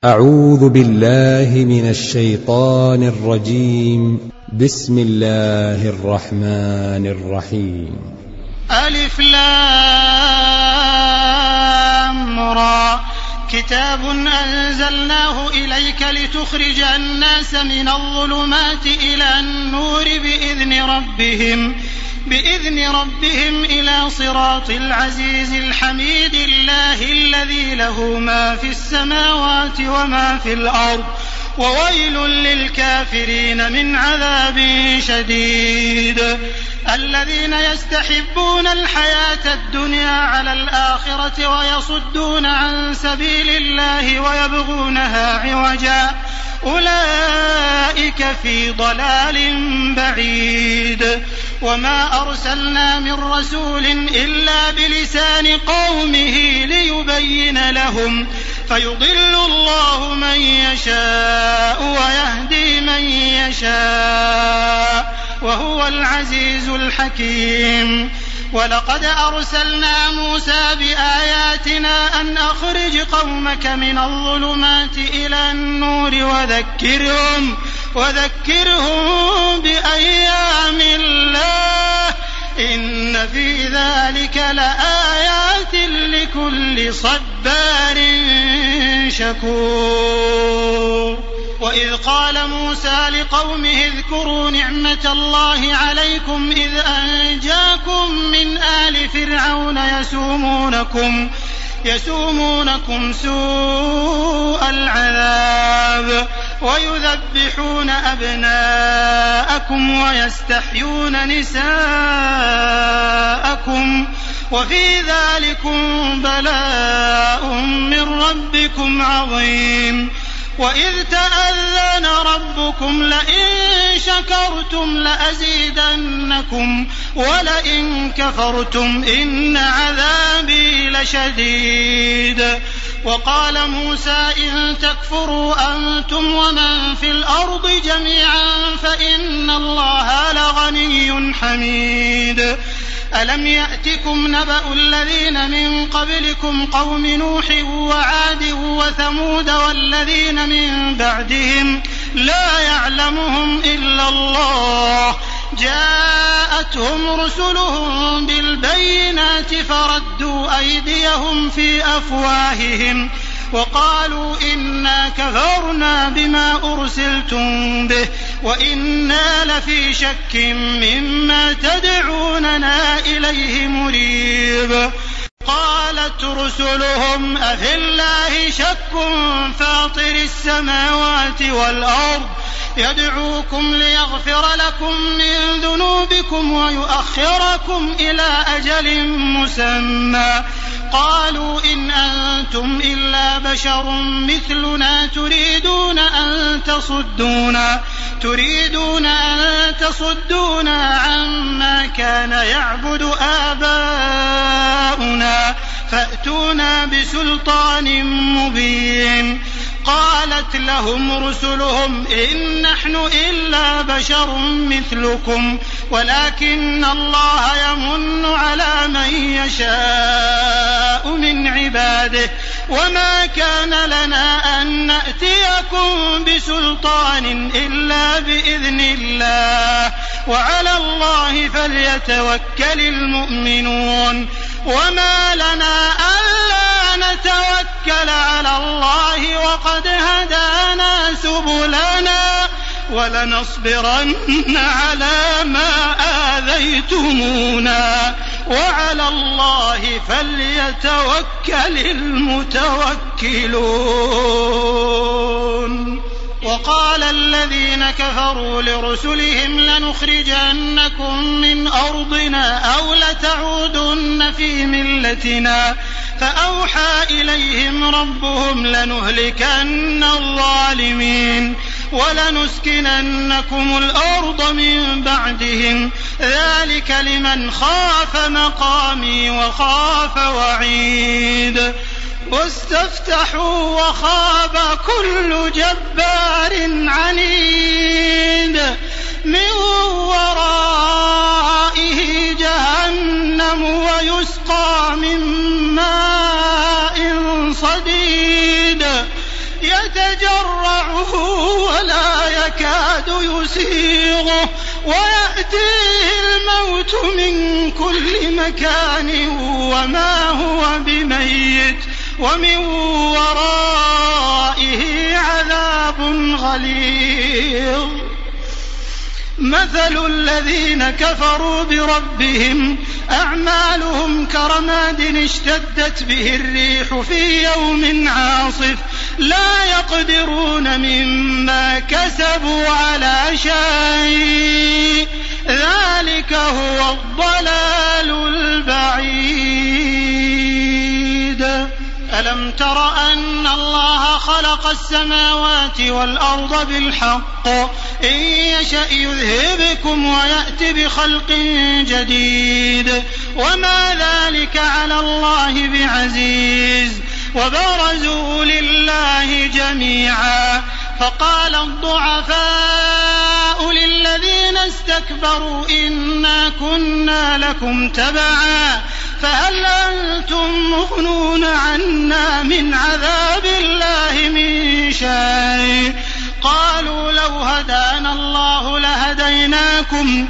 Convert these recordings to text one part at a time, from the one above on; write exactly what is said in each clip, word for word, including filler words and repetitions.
أعوذ بالله من الشيطان الرجيم. بسم الله الرحمن الرحيم. ألف لام را كتاب أنزلناه إليك لتخرج الناس من الظلمات إلى النور بإذن ربهم بإذن ربهم إلى صراط العزيز الحميد الله الذي له ما في السماوات وما في الأرض وويل للكافرين من عذاب شديد. الذين يستحبون الحياة الدنيا على الآخرة ويصدون عن سبيل الله ويبغونها عوجا أولئك في ضلال بعيد. وما أرسلنا من رسول إلا بلسان قومه ليبين لهم فيضل الله من يشاء ويهدي من يشاء وهو العزيز الحكيم. ولقد أرسلنا موسى بآياتنا أن أخرج قومك من الظلمات إلى النور وذكرهم وذكرهم بأيام الله إن في ذلك لآيات لكل صبار شكور. وإذ قال موسى لقومه اذكروا نعمة الله عليكم إذ أنجاكم من آل فرعون يسومونكم يسومونكم سوء العذاب ويذبحون أبناءكم ويستحيون نساءكم وفي ذلكم بلاء من ربكم عظيم. وإذ تأذن ربكم لئن شكرتم لأزيدنكم ولئن كفرتم إن عذابي لشديد. وقال موسى إن تكفروا أنتم ومن في الأرض جميعا فإن الله لغني حميد. ألم يأتكم نبأ الذين من قبلكم قوم نوح وعاد وثمود والذين من بعدهم لا يعلمهم إلا الله جاءتهم رسلهم بالبينات فردوا أيديهم في أفواههم وقالوا إنا كفرنا بما أرسلتم به وإنا لفي شك مما تدعوننا إليه مريب. قالت رسلهم أفي الله شك فاطر السماوات والأرض يدعوكم ليغفر لكم من ذنوبكم ويؤخركم إلى أجل مسمى قالوا إن أنتم إلا بشر مثلنا تريدون أن تصدونا تريدون أن تصدونا عما كان يعبد آباؤنا فأتونا بسلطان مبين. قالت لهم رسلهم إن نحن إلا بشر مثلكم ولكن الله يمن على من يشاء من عباده وما كان لنا أن نأتيكم بسلطان إلا بإذن الله وعلى الله فليتوكل المؤمنون. وما لنا ألا نتوكل على الله وقد هدانا سبلنا ولنصبرن على ما آذيتمونا وعلى الله فليتوكل المتوكلون. وقال الذين كفروا لرسلهم لنخرجنكم من أرضنا أو لتعودن في ملتنا فأوحى إليهم ربهم لنهلكن الظالمين ولنسكننكم الأرض من بعدهم ذلك لمن خاف مقامي وخاف وعيد. واستفتحوا وخاب كل جبار عنيد من ورائه جهنم ويسقى من ماء صديد يتجرعه ولا يكاد يسيغه ويأتيه الموت من كل مكان وما هو بميت ومن ورائه عذاب غليظ. مثل الذين كفروا بربهم أعمالهم كرماد اشتدت به الريح في يوم عاصف لا يقدرون مما كسبوا على شيء ذلك هو الضلال البعيد. ألم تر أن الله خلق السماوات والأرض بالحق إن يشأ يذهبكم ويأت بخلق جديد وما ذلك على الله بعزيز. وبرزوا لله جميعا فقال الضعفاء للذين استكبروا إنا كنا لكم تبعا فهل أنتم مغنون عنا من عذاب الله من شيء قالوا لو هدانا الله لهديناكم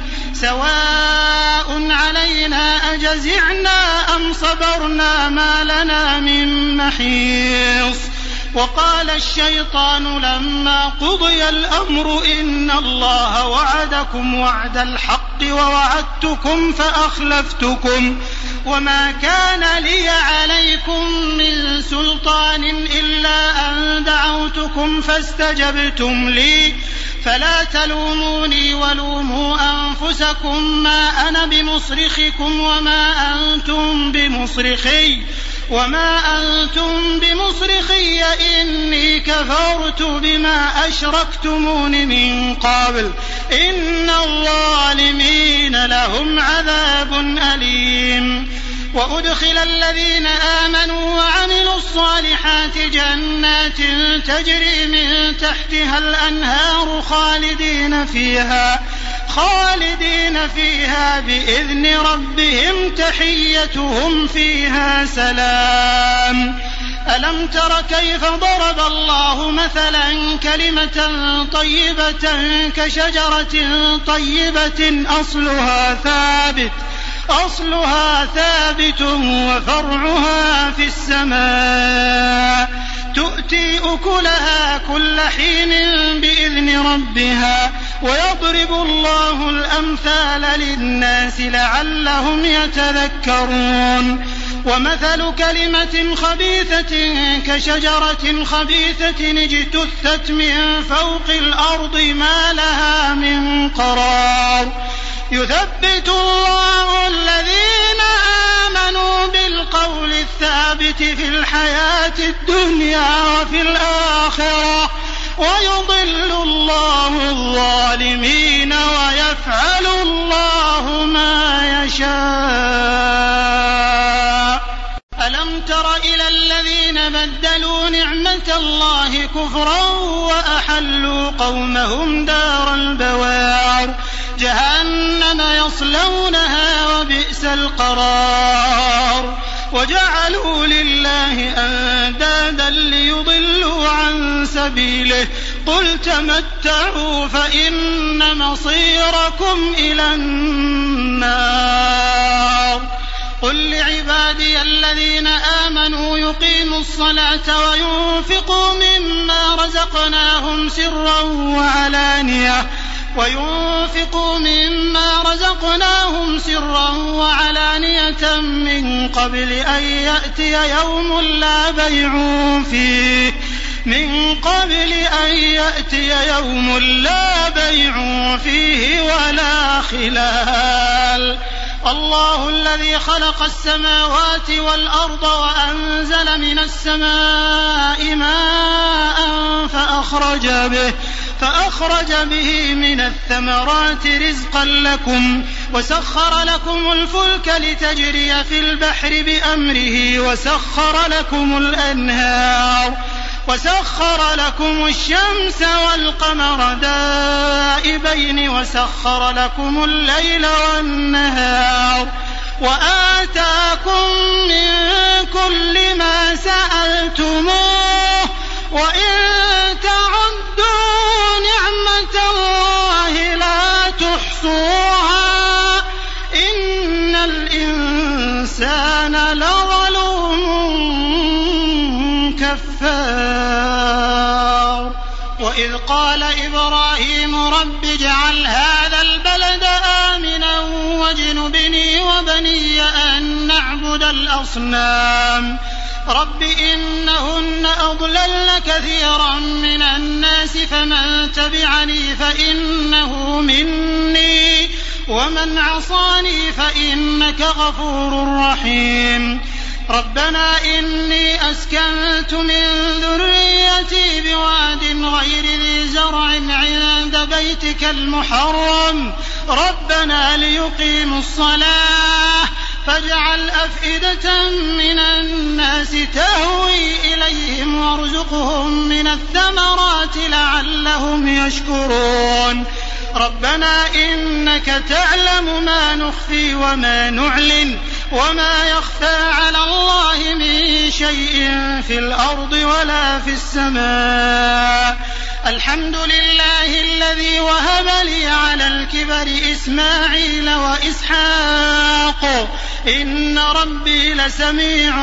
سواء علينا أجزعنا أم صبرنا ما لنا من محيص. وقال الشيطان لما قضي الأمر إن الله وعدكم وعد الحق ووعدتكم فأخلفتكم وما كان لي عليكم من سلطان إلا أن دعوتكم فاستجبتم لي فلا تلوموني ولوموا أنفسكم ما أنا بمصرخكم وما أنتم بمصرخي وما أنتم بمصرخي إني كفرت بما أشركتمون من قبل إن الظالمين لهم عذاب أليم. وأدخل الذين آمنوا وعملوا الصالحات جنات تجري من تحتها الأنهار خالدين فيها خالدين فيها بإذن ربهم تحيتهم فيها سلام. ألم تر كيف ضرب الله مثلا كلمة طيبة كشجرة طيبة أصلها ثابت أصلها ثابت وفرعها في السماء تؤتي أكلها كل حين بإذن ربها ويضرب الله الأمثال للناس لعلهم يتذكرون. ومثل كلمة خبيثة كشجرة خبيثة اجتثت من فوق الأرض ما لها من قرار يثبت الله الذين آمنوا بالقول الثابت في الحياة الدنيا وفي الآخرة ويضل الله الظالمين ويفعل الله ما يشاء. ألم تر إلى الذين بدلوا نعمة الله كفرا وأحلوا قومهم دار البوار جهنم يصلونها وبئس القرار وجعلوا لله أندادا ليضلوا عن سبيله قل تمتعوا فإن مصيركم إلى النار. قل لعبادي الذين آمنوا يقيموا الصلاة وينفقوا مما رزقناهم سرا وعلانية وينفقوا مما رزقناهم سرا وعلانية من قبل أن يأتي يوم لا بيع فيه من قبل أن يأتي يوم لا بيع فيه ولا خلال. الله الذي خلق السماوات والأرض وأنزل من السماء ماء فأخرج به فأخرج به من الثمرات رزقا لكم وسخر لكم الفلك لتجري في البحر بأمره وسخر لكم الأنهار وسخر لكم الشمس والقمر دائبين وسخر لكم الليل والنهار وآتاكم من كل ما سألتموه وإن تعدوا نعمة الله لا تحصوها إن الإنسان لظلوم كفار وإذ قال إبراهيم رب اجعل هذا البلد آمنا واجنبني وبني أن نعبد الأصنام رب إنهن أضللن كثيرا من الناس فمن تبعني فإنه مني ومن عصاني فإنك غفور رحيم ربنا إني أسكنت من ذريتي بواد غير ذي زرع عند بيتك المحرم ربنا ليقيموا الصلاة فاجعل أفئدة من الناس تهوي إليهم وارزقهم من الثمرات لعلهم يشكرون ربنا إنك تعلم ما نخفي وما نعلن وما يخفى على الله من شيء في الأرض ولا في السماء الحمد لله الذي وهب لي على الكبر إسماعيل وإسحاق إن ربي لسميع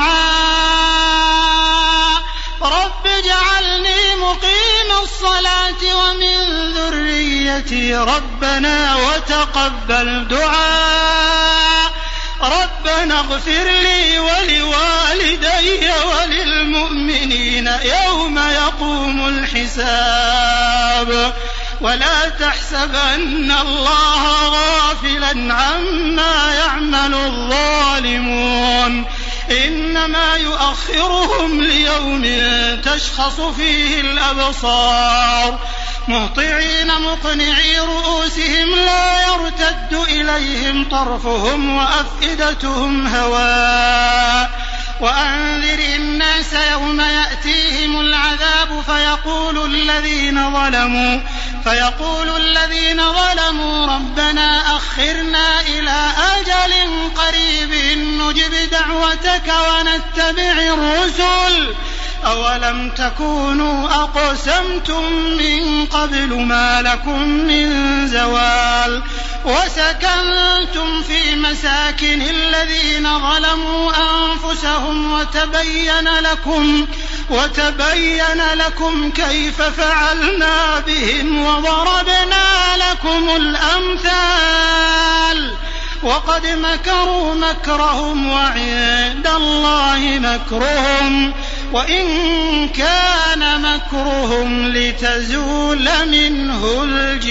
الدعاء رب اجعلني مقيم الصلاة ومن ذريتي ربنا وتقبل دعاء ربنا اغفر لي ولوالدي وللمؤمنين يوم يقوم الحساب ولا تحسبن الله غافلا عما يعمل الظالمون إنما يؤخرهم ليوم تشخص فيه الأبصار مهطعين مقنعي رؤوسهم لا يرتد إليهم طرفهم وأفئدتهم هواء وأنذر الناس يوم يأتيهم العذاب فيقول الذين ظلموا فيقول الذين ظلموا ربنا أخرنا إلى أجل قريب نجب دعوتك ونتبع الرسل أولم تكونوا أقسمتم من قبل ما لكم من زوال وسكنتم في مساكن الذين ظلموا أنفسهم وتبين لكم وتبين لكم كيف فعلنا بهم وضربنا لكم الأمثال وقد مكروا مكرهم وعند الله مكرهم وإن كان مكرهم لتزول منه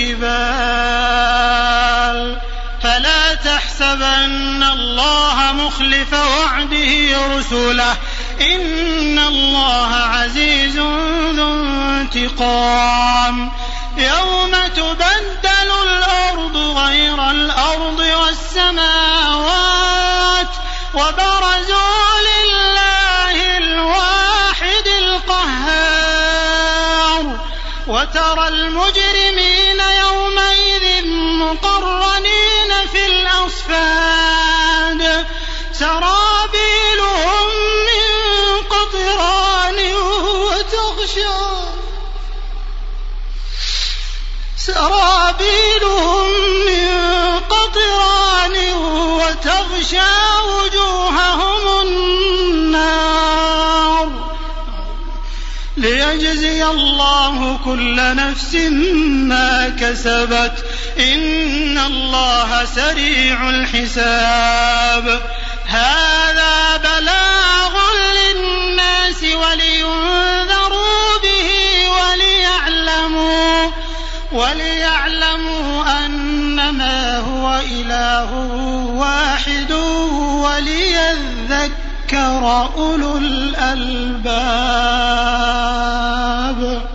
الجبال فلا تحسبن الله مخلف وعده رسله إن الله عزيز ذو انتقام يوم تبدل الأرض غير الأرض والسماوات وبرزوا لله الواحد القهار وترى المجرمين يومئذ مقرنين في الأصفاد سرابيلهم من قطران وتغشى سرابيلهم من قطران وتغشى وجوههم النار ليجزي الله كل نفس ما كسبت إن الله سريع الحساب هذا بلاغ للناس ولينذروا به وليعلموا وليعلموا أنما هو إله واحد وليذكر أولو الألباب.